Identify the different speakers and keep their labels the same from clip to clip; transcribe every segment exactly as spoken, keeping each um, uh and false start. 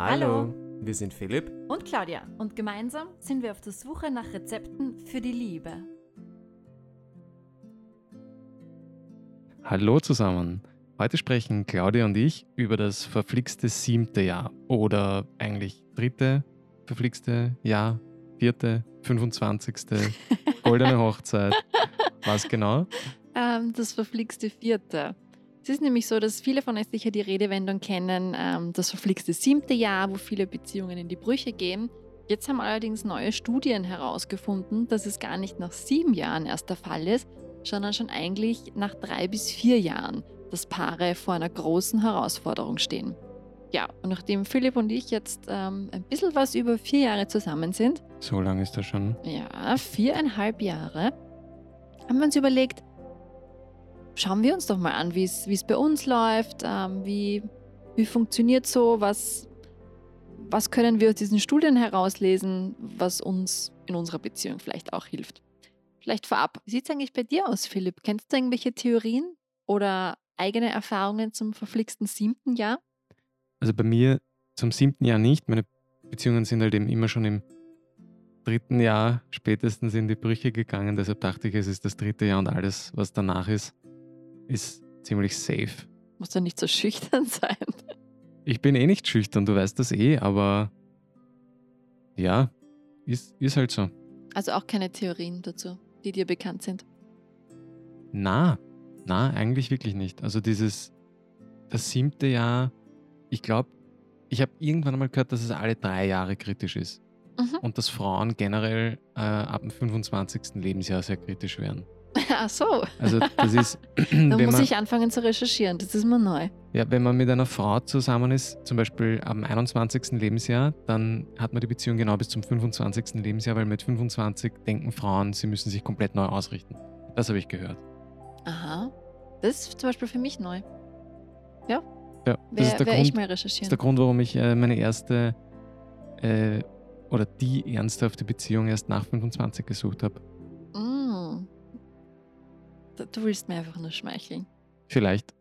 Speaker 1: Hallo.
Speaker 2: Hallo, wir sind Philipp.
Speaker 1: Und Claudia und gemeinsam sind wir auf der Suche nach Rezepten für die Liebe.
Speaker 3: Hallo zusammen. Heute sprechen Claudia und ich über das verflixte siebte Jahr oder eigentlich dritte verflixte Jahr, vierte, fünfundzwanzigste, goldene Hochzeit. Was genau?
Speaker 4: Ähm, das verflixte vierte. Es ist nämlich so, dass viele von euch sicher die Redewendung kennen, ähm, das verflixte siebte Jahr, wo viele Beziehungen in die Brüche gehen. Jetzt haben allerdings neue Studien herausgefunden, dass es gar nicht nach sieben Jahren erst der Fall ist, sondern schon eigentlich nach drei bis vier Jahren, dass Paare vor einer großen Herausforderung stehen. Ja, und nachdem Philipp und ich jetzt ähm, ein bisschen was über vier Jahre zusammen sind,
Speaker 3: So lange ist das schon.
Speaker 4: ja, viereinhalb Jahre, haben wir uns überlegt, schauen wir uns doch mal an, wie es wie es bei uns läuft, ähm, wie, wie funktioniert so, was, was können wir aus diesen Studien herauslesen, was uns in unserer Beziehung vielleicht auch hilft. Vielleicht vorab, wie sieht es eigentlich bei dir aus, Philipp? Kennst du irgendwelche Theorien oder eigene Erfahrungen zum verflixten siebten Jahr?
Speaker 3: Also bei mir zum siebten Jahr nicht. Meine Beziehungen sind halt eben immer schon im dritten Jahr spätestens in die Brüche gegangen. Deshalb dachte ich, es ist das dritte Jahr und alles, was danach ist, ist ziemlich safe.
Speaker 4: Musst du nicht so schüchtern sein.
Speaker 3: Ich bin eh nicht schüchtern, du weißt das eh, aber ja, ist, ist halt so.
Speaker 4: Also auch keine Theorien dazu, die dir bekannt sind.
Speaker 3: Na, na, eigentlich wirklich nicht. Also dieses, das siebte Jahr, ich glaube, ich habe irgendwann einmal gehört, dass es alle drei Jahre kritisch ist.
Speaker 4: Mhm.
Speaker 3: Und dass Frauen generell äh, ab dem fünfundzwanzigsten Lebensjahr sehr kritisch werden.
Speaker 4: Ach so,
Speaker 3: Also das ist,
Speaker 4: da
Speaker 3: wenn
Speaker 4: muss
Speaker 3: man,
Speaker 4: ich anfangen zu recherchieren, das ist mir neu.
Speaker 3: ja, wenn man mit einer Frau zusammen ist, zum Beispiel am einundzwanzigsten Lebensjahr, dann hat man die Beziehung genau bis zum fünfundzwanzigsten Lebensjahr, weil mit fünfundzwanzig denken Frauen, sie müssen sich komplett neu ausrichten. Das habe ich gehört.
Speaker 4: Aha, das ist zum Beispiel für mich neu. Ja,
Speaker 3: Ja, das
Speaker 4: wer,
Speaker 3: ist der
Speaker 4: wer
Speaker 3: Grund,
Speaker 4: ich mal
Speaker 3: Das
Speaker 4: recherchieren.
Speaker 3: ist der Grund, warum ich äh, meine erste äh, oder die ernsthafte Beziehung erst nach fünfundzwanzig gesucht habe.
Speaker 4: Mm. Du du willst mir einfach nur schmeicheln.
Speaker 3: Vielleicht.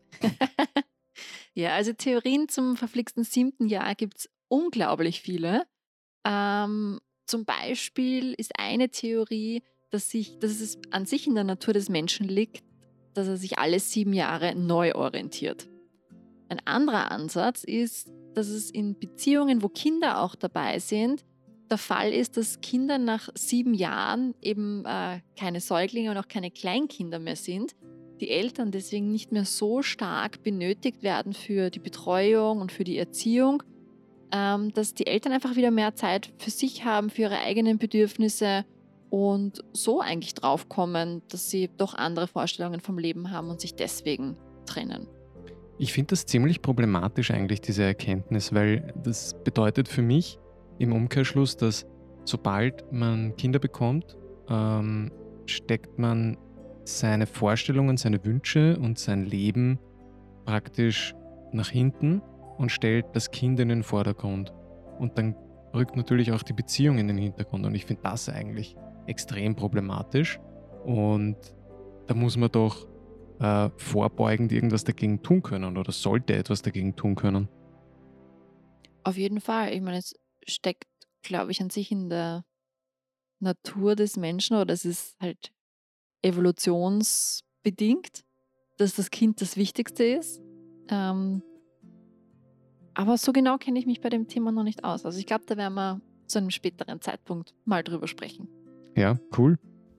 Speaker 4: Ja, also Theorien zum verflixten siebten Jahr gibt es unglaublich viele. Ähm, zum Beispiel ist eine Theorie, dass, sich, dass es an sich in der Natur des Menschen liegt, dass er sich alle sieben Jahre neu orientiert. Ein anderer Ansatz ist, dass es in Beziehungen, wo Kinder auch dabei sind, der Fall ist, dass Kinder nach sieben Jahren eben äh, keine Säuglinge und auch keine Kleinkinder mehr sind, die Eltern deswegen nicht mehr so stark benötigt werden für die Betreuung und für die Erziehung, ähm, dass die Eltern einfach wieder mehr Zeit für sich haben, für ihre eigenen Bedürfnisse und so eigentlich draufkommen, dass sie doch andere Vorstellungen vom Leben haben und sich deswegen trennen.
Speaker 3: Ich finde das ziemlich problematisch eigentlich, diese Erkenntnis, weil das bedeutet für mich im Umkehrschluss, dass sobald man Kinder bekommt, ähm, steckt man seine Vorstellungen, seine Wünsche und sein Leben praktisch nach hinten und stellt das Kind in den Vordergrund. Und dann rückt natürlich auch die Beziehung in den Hintergrund. Und ich finde das eigentlich extrem problematisch. Und da muss man doch äh, vorbeugend irgendwas dagegen tun können oder sollte etwas dagegen tun können.
Speaker 4: Auf jeden Fall. Ich meine, es steckt, glaube ich, an sich in der Natur des Menschen oder es ist halt evolutionsbedingt, dass das Kind das Wichtigste ist. Ähm, aber so genau kenne ich mich bei dem Thema noch nicht aus. Also ich glaube, da werden wir zu einem späteren Zeitpunkt mal drüber sprechen.
Speaker 3: Ja, cool.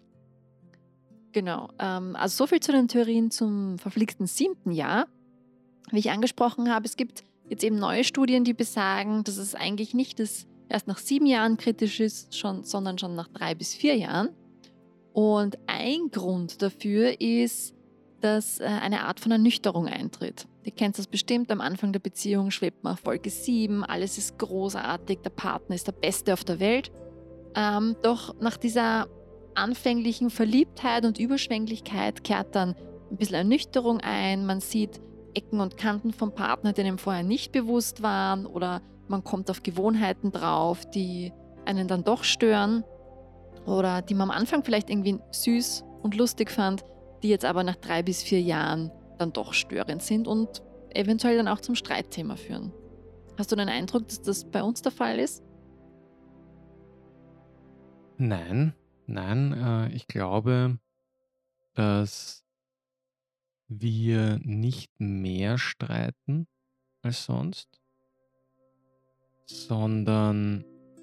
Speaker 4: Genau. Ähm, also so viel zu den Theorien zum verflixten siebten Jahr. Wie ich angesprochen habe, es gibt jetzt eben neue Studien, die besagen, dass es eigentlich nicht das erst nach sieben Jahren kritisch ist, schon, sondern schon nach drei bis vier Jahren. Und ein Grund dafür ist, dass äh, eine Art von Ernüchterung eintritt. Ihr kennt das bestimmt, am Anfang der Beziehung schwebt man auf Wolke sieben, alles ist großartig, der Partner ist der Beste auf der Welt. Ähm, doch nach dieser anfänglichen Verliebtheit und Überschwänglichkeit kehrt dann ein bisschen Ernüchterung ein. Man sieht Ecken und Kanten vom Partner, die einem vorher nicht bewusst waren, oder man kommt auf Gewohnheiten drauf, die einen dann doch stören oder die man am Anfang vielleicht irgendwie süß und lustig fand, die jetzt aber nach drei bis vier Jahren dann doch störend sind und eventuell dann auch zum Streitthema führen. Hast du den Eindruck, dass das bei uns der Fall ist?
Speaker 3: Nein, nein, äh, ich glaube, dass wir nicht mehr streiten als sonst, sondern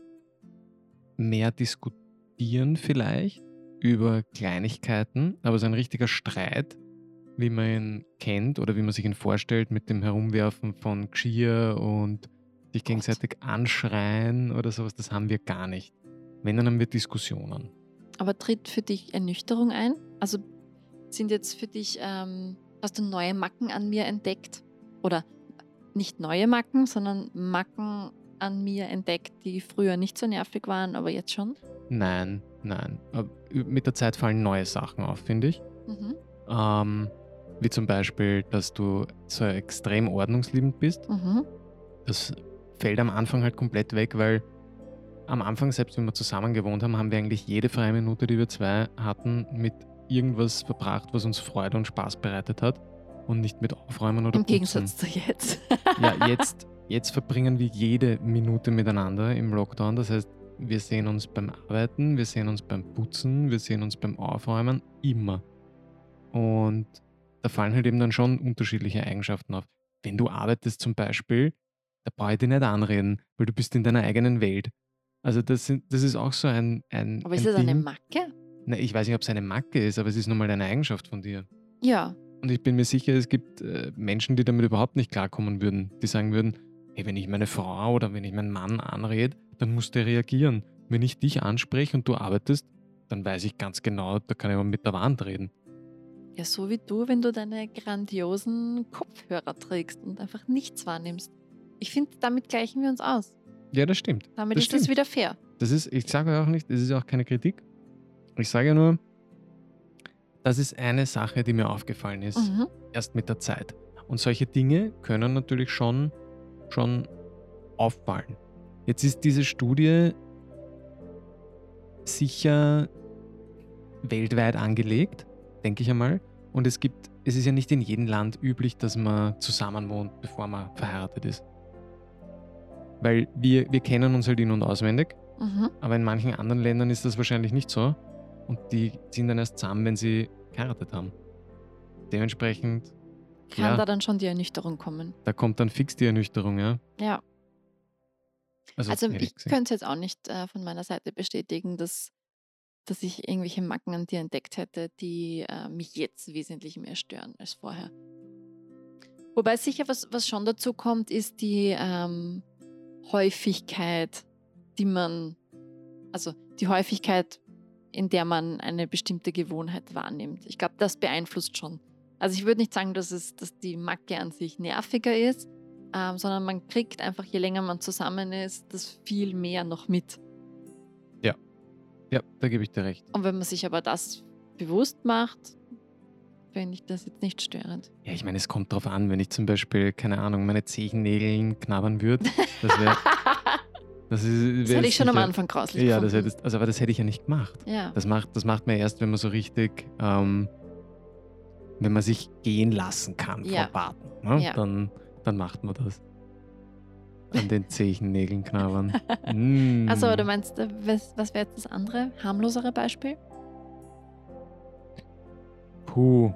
Speaker 3: mehr diskutieren vielleicht über Kleinigkeiten, aber so ein richtiger Streit, wie man ihn kennt oder wie man sich ihn vorstellt, mit dem Herumwerfen von Geschirr und sich
Speaker 4: Gott.
Speaker 3: gegenseitig anschreien oder sowas, das haben wir gar nicht. Wenn, dann haben wir Diskussionen.
Speaker 4: Aber tritt für dich Ernüchterung ein? Also sind jetzt für dich, ähm, hast du neue Macken an mir entdeckt? Oder nicht neue Macken, sondern Macken an mir entdeckt, die früher nicht so nervig waren, aber jetzt schon?
Speaker 3: Nein, nein. Aber mit der Zeit fallen neue Sachen auf, finde ich.
Speaker 4: Mhm.
Speaker 3: Ähm, wie zum Beispiel, dass du so extrem ordnungsliebend bist.
Speaker 4: Mhm.
Speaker 3: Das fällt am Anfang halt komplett weg, weil am Anfang, selbst wenn wir zusammen gewohnt haben, haben wir eigentlich jede freie Minute, die wir zwei hatten, mit irgendwas verbracht, was uns Freude und Spaß bereitet hat und nicht mit Aufräumen oder
Speaker 4: Im
Speaker 3: Putzen.
Speaker 4: Gegensatz zu jetzt.
Speaker 3: Ja, jetzt, jetzt verbringen wir jede Minute miteinander im Lockdown. Das heißt, wir sehen uns beim Arbeiten, wir sehen uns beim Putzen, wir sehen uns beim Aufräumen, immer. Und da fallen halt eben dann schon unterschiedliche Eigenschaften auf. Wenn du arbeitest zum Beispiel, da brauche ich dich nicht anreden, weil du bist in deiner eigenen Welt. Also das, sind, das ist auch so ein, ein,
Speaker 4: Aber ist
Speaker 3: ein
Speaker 4: das eine
Speaker 3: Ding.
Speaker 4: Macke?
Speaker 3: Na, ich weiß nicht, ob es eine Macke ist, aber es ist nun mal eine Eigenschaft von dir.
Speaker 4: Ja.
Speaker 3: Und ich bin mir sicher, es gibt äh, Menschen, die damit überhaupt nicht klarkommen würden. Die sagen würden, hey, wenn ich meine Frau oder wenn ich meinen Mann anrede, dann muss der reagieren. Wenn ich dich anspreche und du arbeitest, dann weiß ich ganz genau, da kann ich mal mit der Wand reden.
Speaker 4: Ja, so wie du, wenn du deine grandiosen Kopfhörer trägst und einfach nichts wahrnimmst. Ich finde, damit gleichen wir uns aus.
Speaker 3: Ja, das stimmt.
Speaker 4: Damit
Speaker 3: das
Speaker 4: ist
Speaker 3: stimmt.
Speaker 4: es wieder fair.
Speaker 3: Das ist, ich sage auch nicht, das ist auch keine Kritik. Ich sage nur, das ist eine Sache, die mir aufgefallen ist,
Speaker 4: Mhm.
Speaker 3: erst mit der Zeit. Und solche Dinge können natürlich schon, schon auffallen. Jetzt ist diese Studie sicher weltweit angelegt, denke ich einmal. Und es gibt, es ist ja nicht in jedem Land üblich, dass man zusammen wohnt, bevor man verheiratet ist. Weil wir, wir kennen uns halt in- und auswendig,
Speaker 4: Mhm.
Speaker 3: aber in manchen anderen Ländern ist das wahrscheinlich nicht so. Und die ziehen dann erst zusammen, wenn sie geheiratet haben. Dementsprechend,
Speaker 4: Kann
Speaker 3: ja,
Speaker 4: da dann schon die Ernüchterung kommen.
Speaker 3: da kommt dann fix die Ernüchterung, ja.
Speaker 4: Ja.
Speaker 3: Also,
Speaker 4: Also
Speaker 3: ehrlich
Speaker 4: ich
Speaker 3: gesehen.
Speaker 4: könnte es jetzt auch nicht äh, von meiner Seite bestätigen, dass, dass ich irgendwelche Macken an dir entdeckt hätte, die äh, mich jetzt wesentlich mehr stören als vorher. Wobei sicher, was, was schon dazu kommt, ist die ähm, Häufigkeit, die man, also die Häufigkeit, in der man eine bestimmte Gewohnheit wahrnimmt. Ich glaube, das beeinflusst schon. Also ich würde nicht sagen, dass, es, dass die Macke an sich nerviger ist, ähm, sondern man kriegt einfach, je länger man zusammen ist, das viel mehr noch mit.
Speaker 3: Ja, ja, da gebe ich dir recht.
Speaker 4: Und wenn man sich aber das bewusst macht, finde ich das jetzt nicht störend.
Speaker 3: Ja, ich meine, es kommt drauf an, wenn ich zum Beispiel, keine Ahnung, meine Zehennägeln knabbern würde. Das wäre. Das, ist,
Speaker 4: Das hätte ich schon am Anfang grauslich
Speaker 3: Ja, das
Speaker 4: gefunden.
Speaker 3: hättest, also, aber das hätte ich ja nicht gemacht.
Speaker 4: Ja.
Speaker 3: Das macht, das macht man erst, wenn man so richtig, ähm, wenn man sich gehen lassen kann
Speaker 4: Ja.
Speaker 3: vor Baden. Ne?
Speaker 4: Ja.
Speaker 3: Dann, dann macht man das. An den Zehennägeln knabbern. Mm.
Speaker 4: Also, aber du meinst, äh, was, was wäre jetzt das andere, harmlosere Beispiel?
Speaker 3: Puh.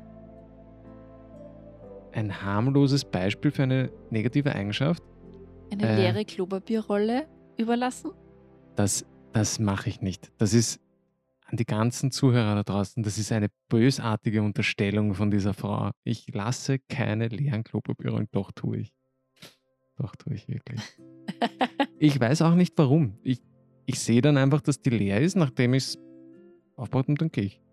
Speaker 3: Ein harmloses Beispiel für eine negative Eigenschaft?
Speaker 4: Eine
Speaker 3: Äh.
Speaker 4: leere Klopapierrolle überlassen?
Speaker 3: Das, das mache ich nicht. Das ist an die ganzen Zuhörer da draußen, das ist eine bösartige Unterstellung von dieser Frau. Ich lasse keine leeren Klopapierrollen. Doch, tue ich. Doch, tue ich wirklich. Ich weiß auch nicht warum. Ich, ich sehe dann einfach, dass die leer ist, nachdem ich es aufbaut und dann gehe ich.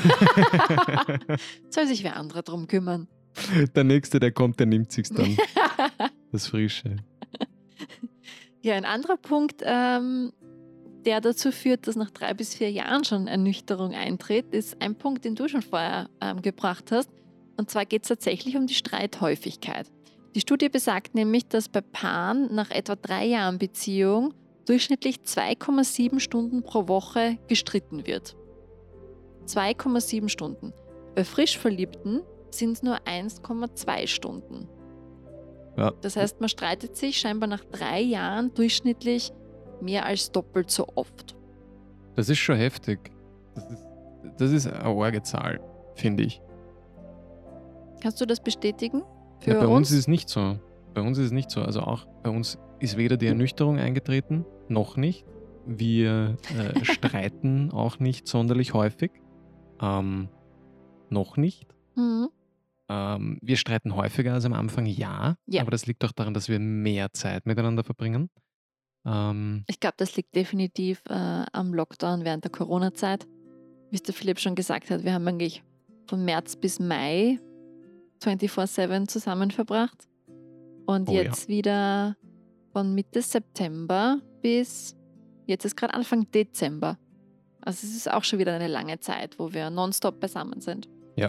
Speaker 4: Soll sich wer andere drum kümmern.
Speaker 3: Der Nächste, der kommt, der nimmt sich's dann. Das Frische.
Speaker 4: Ja, ein anderer Punkt, ähm, der dazu führt, dass nach drei bis vier Jahren schon Ernüchterung eintritt, ist ein Punkt, den du schon vorher ähm, gebracht hast. Und zwar geht es tatsächlich um die Streithäufigkeit. Die Studie besagt nämlich, dass bei Paaren nach etwa drei Jahren Beziehung durchschnittlich zwei Komma sieben Stunden pro Woche gestritten wird. zwei Komma sieben Stunden. Bei Frischverliebten sind es nur eins Komma zwei Stunden.
Speaker 3: Ja.
Speaker 4: Das heißt, man streitet sich scheinbar nach drei Jahren durchschnittlich mehr als doppelt so oft.
Speaker 3: Das ist schon heftig. Das ist, das ist eine arge Zahl, finde ich.
Speaker 4: Kannst du das bestätigen? Für
Speaker 3: Ja, bei uns
Speaker 4: uns
Speaker 3: ist es nicht so. Bei uns ist es nicht so. Also auch bei uns ist weder die Ernüchterung eingetreten, noch nicht. Wir äh, streiten auch nicht sonderlich häufig. Ähm, noch nicht.
Speaker 4: Mhm.
Speaker 3: Ähm, wir streiten häufiger als am Anfang, ja.
Speaker 4: Ja.
Speaker 3: Aber das liegt auch daran, dass wir mehr Zeit miteinander verbringen. Ähm,
Speaker 4: Ich glaube, das liegt definitiv äh, am Lockdown während der Corona-Zeit. Wie es der Philipp schon gesagt hat, wir haben eigentlich von März bis Mai vierundzwanzig sieben zusammen verbracht. Und
Speaker 3: Oh ja.
Speaker 4: jetzt wieder von Mitte September bis jetzt ist gerade Anfang Dezember. Also es ist auch schon wieder eine lange Zeit, wo wir nonstop beisammen sind.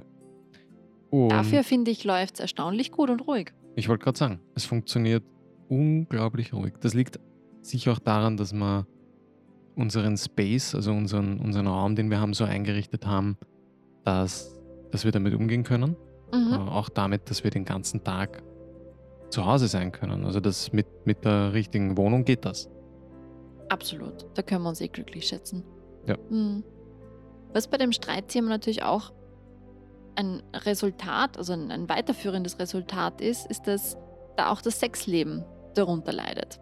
Speaker 3: und
Speaker 4: Dafür, finde ich, läuft es erstaunlich gut und ruhig.
Speaker 3: ich wollte gerade sagen, es funktioniert unglaublich ruhig. Das liegt sicher auch daran, dass wir unseren Space, also unseren, unseren Raum, den wir haben, so eingerichtet haben, dass, dass wir damit umgehen können. Äh,
Speaker 4: Mhm.
Speaker 3: auch damit, dass wir den ganzen Tag zu Hause sein können. Also das mit, mit der richtigen Wohnung geht das.
Speaker 4: Absolut. Da können wir uns eh glücklich schätzen.
Speaker 3: Ja.
Speaker 4: Mhm. Was bei dem Streitthema natürlich auch ein Resultat, also ein, ein weiterführendes Resultat ist, ist, dass da auch das Sexleben darunter leidet.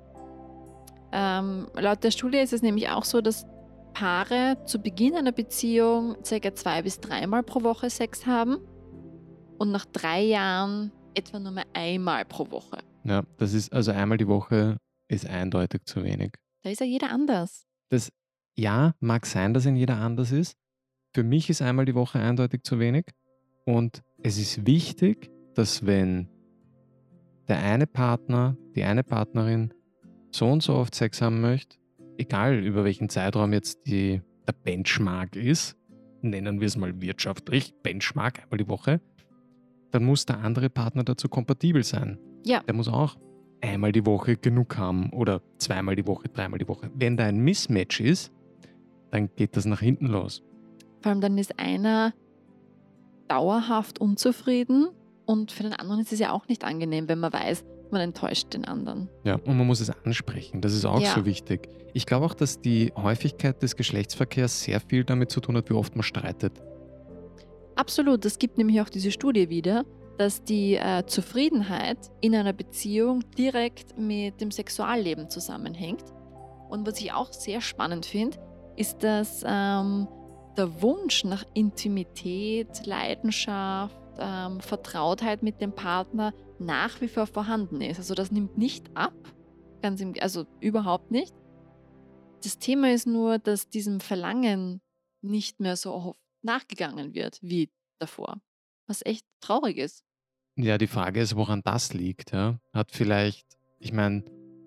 Speaker 4: Ähm, laut der Studie ist es nämlich auch so, dass Paare zu Beginn einer Beziehung ca. zwei bis dreimal pro Woche Sex haben und nach drei Jahren etwa nur mehr einmal pro Woche.
Speaker 3: Ja, das ist also einmal die Woche ist eindeutig zu wenig.
Speaker 4: Da ist ja jeder anders.
Speaker 3: Das, ja, mag sein, dass in jeder anders ist. Für mich ist einmal die Woche eindeutig zu wenig. Und es ist wichtig, dass wenn der eine Partner, die eine Partnerin so und so oft Sex haben möchte, egal über welchen Zeitraum jetzt die, der Benchmark ist, nennen wir es mal wirtschaftlich, Benchmark einmal die Woche, dann muss der andere Partner dazu kompatibel sein.
Speaker 4: Ja.
Speaker 3: Der muss auch einmal die Woche genug haben oder zweimal die Woche, dreimal die Woche. Wenn da ein Mismatch ist, dann geht das nach hinten los.
Speaker 4: Vor allem dann ist einer dauerhaft unzufrieden und für den anderen ist es ja auch nicht angenehm, wenn man weiß, man enttäuscht den anderen.
Speaker 3: Ja, und man muss es ansprechen. Das ist auch
Speaker 4: Ja.
Speaker 3: so wichtig. Ich glaube auch, dass die Häufigkeit des Geschlechtsverkehrs sehr viel damit zu tun hat, wie oft man streitet.
Speaker 4: Absolut, es gibt nämlich auch diese Studie wieder, dass die äh, Zufriedenheit in einer Beziehung direkt mit dem Sexualleben zusammenhängt. Und was ich auch sehr spannend finde, ist, dass ähm, der Wunsch nach Intimität, Leidenschaft, ähm, Vertrautheit mit dem Partner nach wie vor vorhanden ist. Also das nimmt nicht ab, ganz im, also überhaupt nicht. Das Thema ist nur, dass diesem Verlangen nicht mehr so oft nachgegangen wird wie davor, was echt traurig ist.
Speaker 3: Ja, die Frage ist, woran das liegt. Ja? Hat vielleicht, ich meine,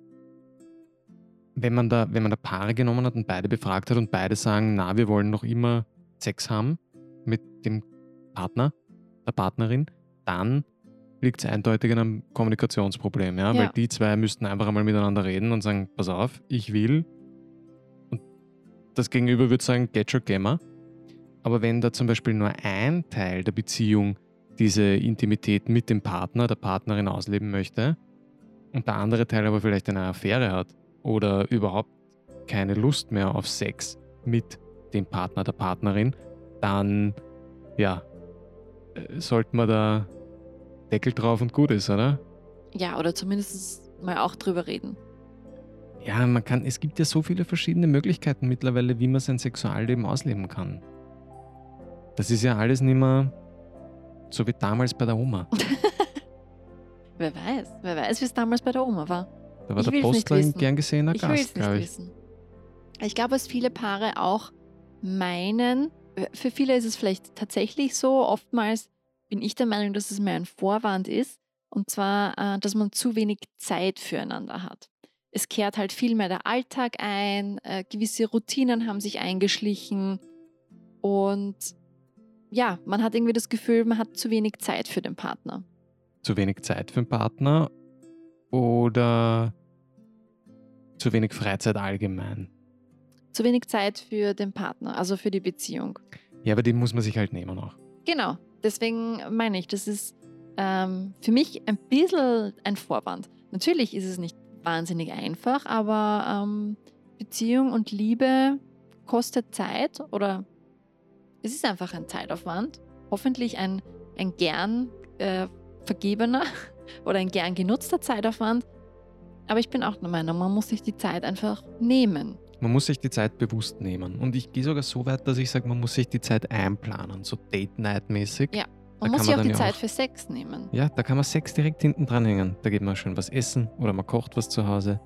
Speaker 3: wenn man da, wenn man da Paare genommen hat und beide befragt hat und beide sagen, na, wir wollen noch immer Sex haben mit dem Partner, der Partnerin, dann liegt es eindeutig an einem Kommunikationsproblem, ja?
Speaker 4: Ja.
Speaker 3: Weil die zwei müssten einfach einmal miteinander reden und sagen, pass auf, ich will. Und das Gegenüber würde sagen, get your gamer. Aber wenn da zum Beispiel nur ein Teil der Beziehung diese Intimität mit dem Partner, der Partnerin ausleben möchte und der andere Teil aber vielleicht eine Affäre hat oder überhaupt keine Lust mehr auf Sex mit dem Partner, der Partnerin, dann, ja, äh, sollte man da Deckel drauf und gut ist, oder?
Speaker 4: Ja, oder zumindest mal auch drüber reden.
Speaker 3: Ja, man kann, es gibt ja so viele verschiedene Möglichkeiten mittlerweile, wie man sein Sexualleben ausleben kann. Das ist ja alles nicht mehr so wie damals bei der Oma.
Speaker 4: Wer weiß, wer weiß, wie es damals bei der Oma war.
Speaker 3: Da war
Speaker 4: Ich
Speaker 3: der
Speaker 4: will's nicht
Speaker 3: Postler ein
Speaker 4: wissen.
Speaker 3: gern gesehener
Speaker 4: Ich will
Speaker 3: Gast,
Speaker 4: es nicht
Speaker 3: glaube ich.
Speaker 4: wissen. Ich glaube, was viele Paare auch meinen, für viele ist es vielleicht tatsächlich so, oftmals bin ich der Meinung, dass es mehr ein Vorwand ist, und zwar, äh, dass man zu wenig Zeit füreinander hat. Es kehrt halt viel mehr der Alltag ein, äh, gewisse Routinen haben sich eingeschlichen und ja, man hat irgendwie das Gefühl, man hat zu wenig Zeit für den Partner.
Speaker 3: Zu wenig Zeit für den Partner oder zu wenig Freizeit allgemein.
Speaker 4: Zu wenig Zeit für den Partner, also für die Beziehung.
Speaker 3: Ja, aber die muss man sich halt nehmen auch.
Speaker 4: Genau, deswegen meine ich, das ist ähm, für mich ein bisschen ein Vorwand. Natürlich ist es nicht wahnsinnig einfach, aber ähm, Beziehung und Liebe kostet Zeit oder es ist einfach ein Zeitaufwand. Hoffentlich ein, ein gern äh, vergebener oder ein gern genutzter Zeitaufwand. Aber ich bin auch der Meinung, man muss sich die Zeit einfach nehmen.
Speaker 3: Man muss sich die Zeit bewusst nehmen. Und ich gehe sogar so weit, dass ich sage, man muss sich die Zeit einplanen, so Date-Night-mäßig.
Speaker 4: Ja,
Speaker 3: Da
Speaker 4: man muss
Speaker 3: kann
Speaker 4: sich
Speaker 3: man
Speaker 4: auch
Speaker 3: dann
Speaker 4: die
Speaker 3: ja
Speaker 4: Zeit
Speaker 3: auch,
Speaker 4: für Sex nehmen.
Speaker 3: ja, da kann man Sex direkt hinten dranhängen. Da geht man schön was essen oder man kocht was zu Hause.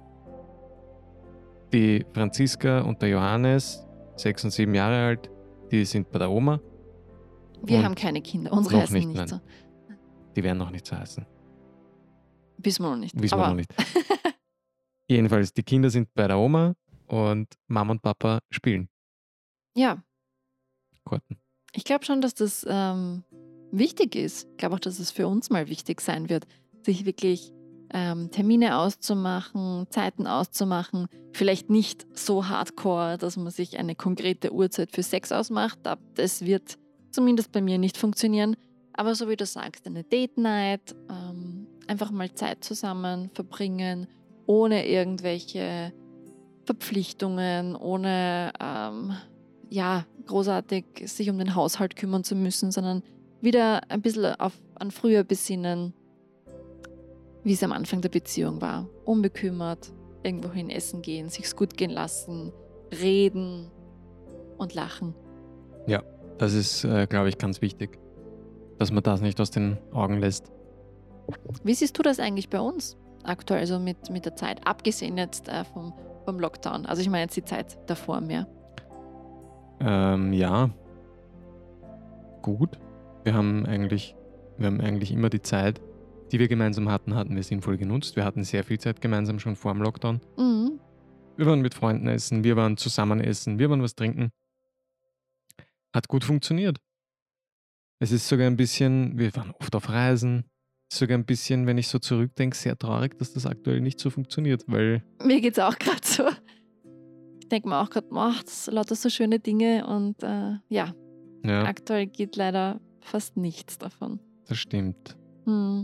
Speaker 3: Die Franziska und der Johannes, sechs und sieben Jahre alt, die sind bei der Oma.
Speaker 4: Wir
Speaker 3: Und
Speaker 4: haben keine Kinder, unsere
Speaker 3: noch
Speaker 4: heißen
Speaker 3: nicht,
Speaker 4: nicht
Speaker 3: nein.
Speaker 4: so.
Speaker 3: Die werden noch nicht so heißen.
Speaker 4: Wissen wir noch nicht.
Speaker 3: Wissen wir
Speaker 4: aber
Speaker 3: noch nicht. Jedenfalls, die Kinder sind bei der Oma und Mama und Papa spielen
Speaker 4: ja,
Speaker 3: Karten.
Speaker 4: ich glaube schon, dass das ähm, wichtig ist. Ich glaube auch, dass es für uns mal wichtig sein wird, sich wirklich ähm, Termine auszumachen, Zeiten auszumachen. Vielleicht nicht so hardcore, dass man sich eine konkrete Uhrzeit für Sex ausmacht. Ab- Das wird zumindest bei mir nicht funktionieren. Aber so wie du sagst, eine Date-Night, ähm, einfach mal Zeit zusammen verbringen, ohne irgendwelche Verpflichtungen, ohne ähm, ja, großartig sich um den Haushalt kümmern zu müssen, sondern wieder ein bisschen auf, an früher besinnen, wie es am Anfang der Beziehung war. Unbekümmert, irgendwohin essen gehen, sich's gut gehen lassen, reden und lachen.
Speaker 3: Ja, das ist, äh, glaube ich, ganz wichtig, dass man das nicht aus den Augen lässt.
Speaker 4: Wie siehst du das eigentlich bei uns aktuell, also mit, mit der Zeit, abgesehen jetzt äh, vom, vom Lockdown? Also ich meine jetzt die Zeit davor mehr.
Speaker 3: Ähm, ja, gut. Wir haben eigentlich, wir haben eigentlich immer die Zeit, die wir gemeinsam hatten, hatten wir sinnvoll genutzt. Wir hatten sehr viel Zeit gemeinsam schon vor dem Lockdown.
Speaker 4: Mhm.
Speaker 3: Wir waren mit Freunden essen, wir waren zusammen essen, wir waren was trinken. Hat gut funktioniert. Es ist sogar ein bisschen, wir waren oft auf Reisen. Sogar ein bisschen, wenn ich so zurückdenke, sehr traurig, dass das aktuell nicht so funktioniert, weil
Speaker 4: Mir geht es auch gerade so. Ich denke mir auch gerade, oh, das sind lauter so schöne Dinge und äh, ja,
Speaker 3: ja,
Speaker 4: aktuell geht leider fast nichts davon.
Speaker 3: das stimmt.
Speaker 4: Hm.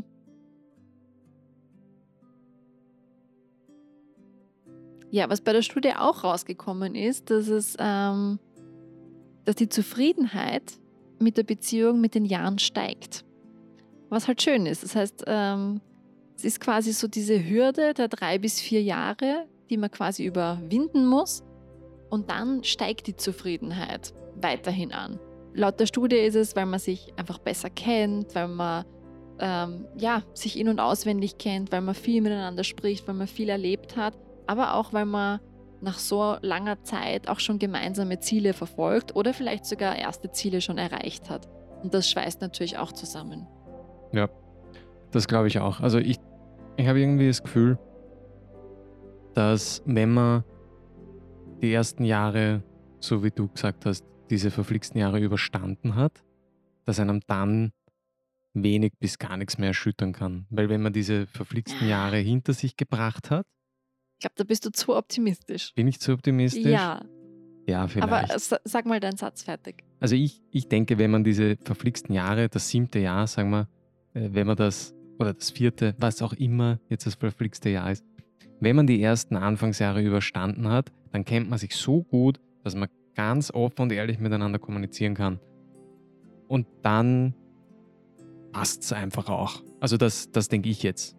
Speaker 4: Ja, was bei der Studie auch rausgekommen ist, dass es, ähm, dass die Zufriedenheit mit der Beziehung mit den Jahren steigt. Was halt schön ist. Das heißt, ähm, es ist quasi so diese Hürde der drei bis vier Jahre, die man quasi überwinden muss. Und dann steigt die Zufriedenheit weiterhin an. Laut der Studie ist es, weil man sich einfach besser kennt, weil man ähm, ja, sich in- und auswendig kennt, weil man viel miteinander spricht, weil man viel erlebt hat, aber auch, weil man nach so langer Zeit auch schon gemeinsame Ziele verfolgt oder vielleicht sogar erste Ziele schon erreicht hat. Und das schweißt natürlich auch zusammen.
Speaker 3: Ja, das glaube ich auch. Also ich, ich habe irgendwie das Gefühl, dass wenn man die ersten Jahre, so wie du gesagt hast, diese verflixten Jahre überstanden hat, dass einem dann wenig bis gar nichts mehr erschüttern kann. Weil wenn man diese verflixten Jahre hinter sich gebracht hat,
Speaker 4: Ich glaube, da bist du zu optimistisch.
Speaker 3: bin ich zu optimistisch?
Speaker 4: Ja,
Speaker 3: Ja, vielleicht.
Speaker 4: aber sa- sag mal deinen Satz fertig.
Speaker 3: Also ich, ich denke, wenn man diese verflixten Jahre, das siebte Jahr, sagen wir, äh, wenn man das, oder das vierte, was auch immer jetzt das verflixte Jahr ist, wenn man die ersten Anfangsjahre überstanden hat, dann kennt man sich so gut, dass man ganz offen und ehrlich miteinander kommunizieren kann. Und dann passt es einfach auch. Also das, das denke ich jetzt.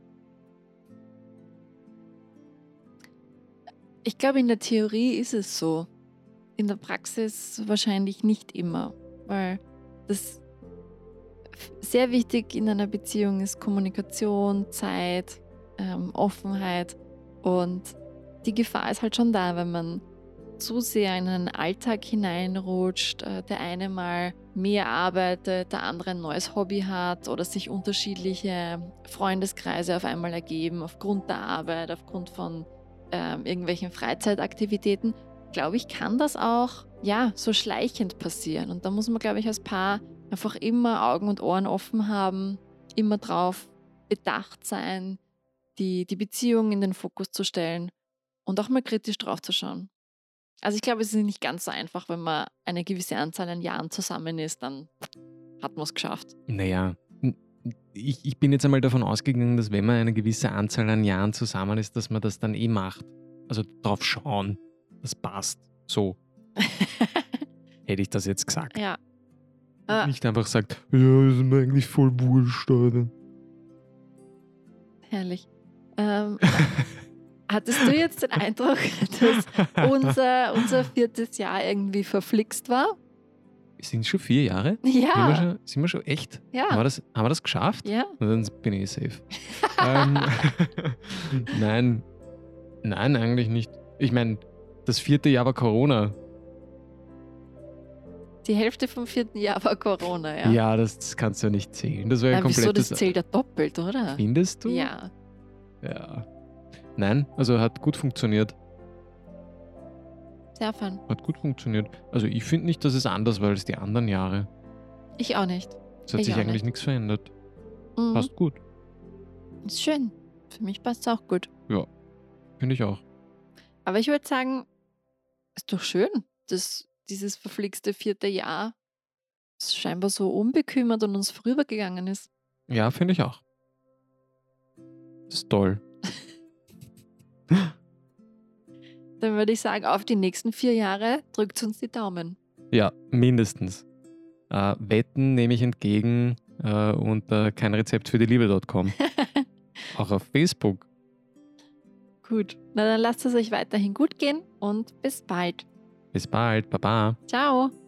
Speaker 4: Ich glaube, in der Theorie ist es so. In der Praxis wahrscheinlich nicht immer, weil das f- sehr wichtig in einer Beziehung ist Kommunikation, Zeit, ähm, Offenheit und die Gefahr ist halt schon da, wenn man zu sehr in einen Alltag hineinrutscht, äh, der eine mal mehr arbeitet, der andere ein neues Hobby hat oder sich unterschiedliche Freundeskreise auf einmal ergeben aufgrund der Arbeit, aufgrund von ähm, irgendwelchen Freizeitaktivitäten, glaube ich, kann das auch ja so schleichend passieren. Und da muss man, glaube ich, als Paar einfach immer Augen und Ohren offen haben, immer drauf bedacht sein, die, die Beziehung in den Fokus zu stellen und auch mal kritisch drauf zu schauen. Also ich glaube, es ist nicht ganz so einfach, wenn man eine gewisse Anzahl an Jahren zusammen ist, dann hat man es geschafft.
Speaker 3: Naja, n- ich, ich bin jetzt einmal davon ausgegangen, dass wenn man eine gewisse Anzahl an Jahren zusammen ist, dass man das dann eh macht. Also drauf schauen, das passt. So hätte ich das jetzt gesagt.
Speaker 4: Ja. Äh,
Speaker 3: Nicht einfach sagt, ja, ist mir eigentlich voll wurscht, Alter.
Speaker 4: herrlich. Ähm, hattest du jetzt den Eindruck, dass unser, unser viertes Jahr irgendwie verflixt war?
Speaker 3: Sind es schon vier Jahre? Sind wir
Speaker 4: Ja.
Speaker 3: schon, sind wir schon echt? Haben, wir
Speaker 4: Ja.
Speaker 3: das, haben wir das geschafft?
Speaker 4: Ja.
Speaker 3: Na, dann bin ich eh safe. ähm, nein, nein, eigentlich nicht. Ich meine, das vierte Jahr war Corona.
Speaker 4: Die Hälfte vom vierten Jahr war Corona, ja.
Speaker 3: Ja, das, das kannst du ja nicht zählen. Das wäre ja
Speaker 4: Na, wieso,
Speaker 3: komplettes...
Speaker 4: das zählt ja doppelt, oder?
Speaker 3: Findest du?
Speaker 4: Ja.
Speaker 3: Ja. Nein, also hat gut funktioniert.
Speaker 4: Sehr fun.
Speaker 3: Hat gut funktioniert. Also ich finde nicht, dass es anders war als die anderen Jahre.
Speaker 4: Ich auch nicht.
Speaker 3: Es hat
Speaker 4: Ich
Speaker 3: sich
Speaker 4: auch
Speaker 3: eigentlich
Speaker 4: nicht.
Speaker 3: nichts verändert.
Speaker 4: Mhm.
Speaker 3: Passt gut.
Speaker 4: Ist schön. Für mich passt es auch gut.
Speaker 3: Finde ich auch.
Speaker 4: Aber ich würde sagen, ist doch schön, dass dieses verflixte vierte Jahr scheinbar so unbekümmert an uns vorübergegangen ist.
Speaker 3: Ja, finde ich auch. Das ist toll.
Speaker 4: Dann würde ich sagen, auf die nächsten vier Jahre drückt uns die Daumen.
Speaker 3: Ja, mindestens. Äh, Wetten nehme ich entgegen äh, unter keinrezept für die Liebe Punkt com. Auch auf Facebook.
Speaker 4: Gut, na dann lasst es euch weiterhin gut gehen und bis bald.
Speaker 3: Bis bald. Baba.
Speaker 4: Ciao.